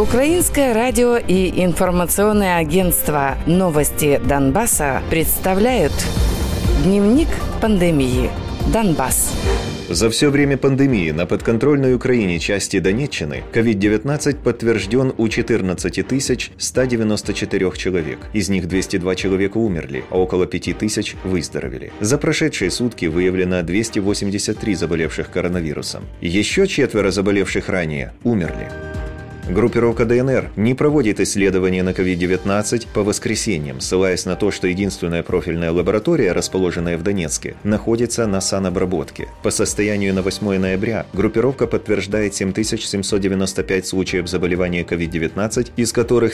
Украинское радио и информационное агентство «Новости Донбасса» представляют Дневник пандемии. Донбасс. За все время пандемии на подконтрольной Украине части Донеччины COVID-19 подтвержден у 14 194 человек. Из них 202 человека умерли, а около 5000 выздоровели. За прошедшие сутки выявлено 283 заболевших коронавирусом. Еще 4 заболевших ранее умерли. Группировка ДНР не проводит исследования на COVID-19 по воскресеньям, ссылаясь на то, что единственная профильная лаборатория, расположенная в Донецке, находится на санобработке. По состоянию на 8 ноября группировка подтверждает 7795 случаев заболевания COVID-19, из которых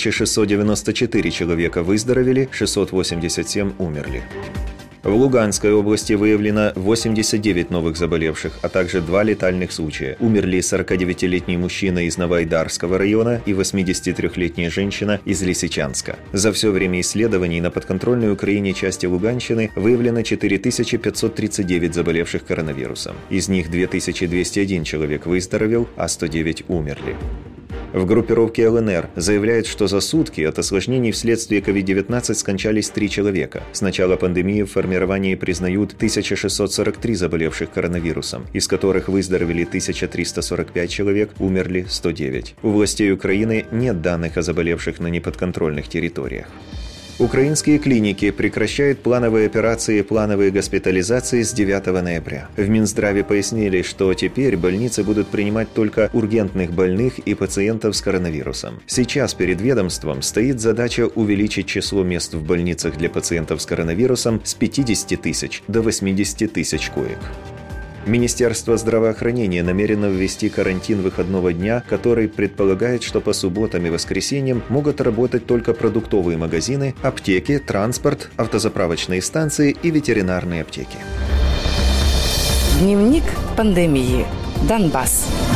3694 человека выздоровели, 687 умерли. В Луганской области выявлено 89 новых заболевших, а также 2 летальных случая. Умерли 49-летний мужчина из Новоайдарского района и 83-летняя женщина из Лисичанска. За все время исследований на подконтрольной Украине части Луганщины выявлено 4539 заболевших коронавирусом. Из них 2201 человек выздоровел, а 109 умерли. В группировке ЛНР заявляют, что за сутки от осложнений вследствие COVID-19 скончались 3 человека. С начала пандемии в формировании признают 1643 заболевших коронавирусом, из которых выздоровели 1345 человек, умерли 109. У властей Украины нет данных о заболевших на неподконтрольных территориях. Украинские клиники прекращают плановые операции и плановые госпитализации с 9 ноября. В Минздраве пояснили, что теперь больницы будут принимать только ургентных больных и пациентов с коронавирусом. Сейчас перед ведомством стоит задача увеличить число мест в больницах для пациентов с коронавирусом с 50 тысяч до 80 тысяч коек. Министерство здравоохранения намерено ввести карантин выходного дня, который предполагает, что по субботам и воскресеньям могут работать только продуктовые магазины, аптеки, транспорт, автозаправочные станции и ветеринарные аптеки. Дневник пандемии. Донбасс.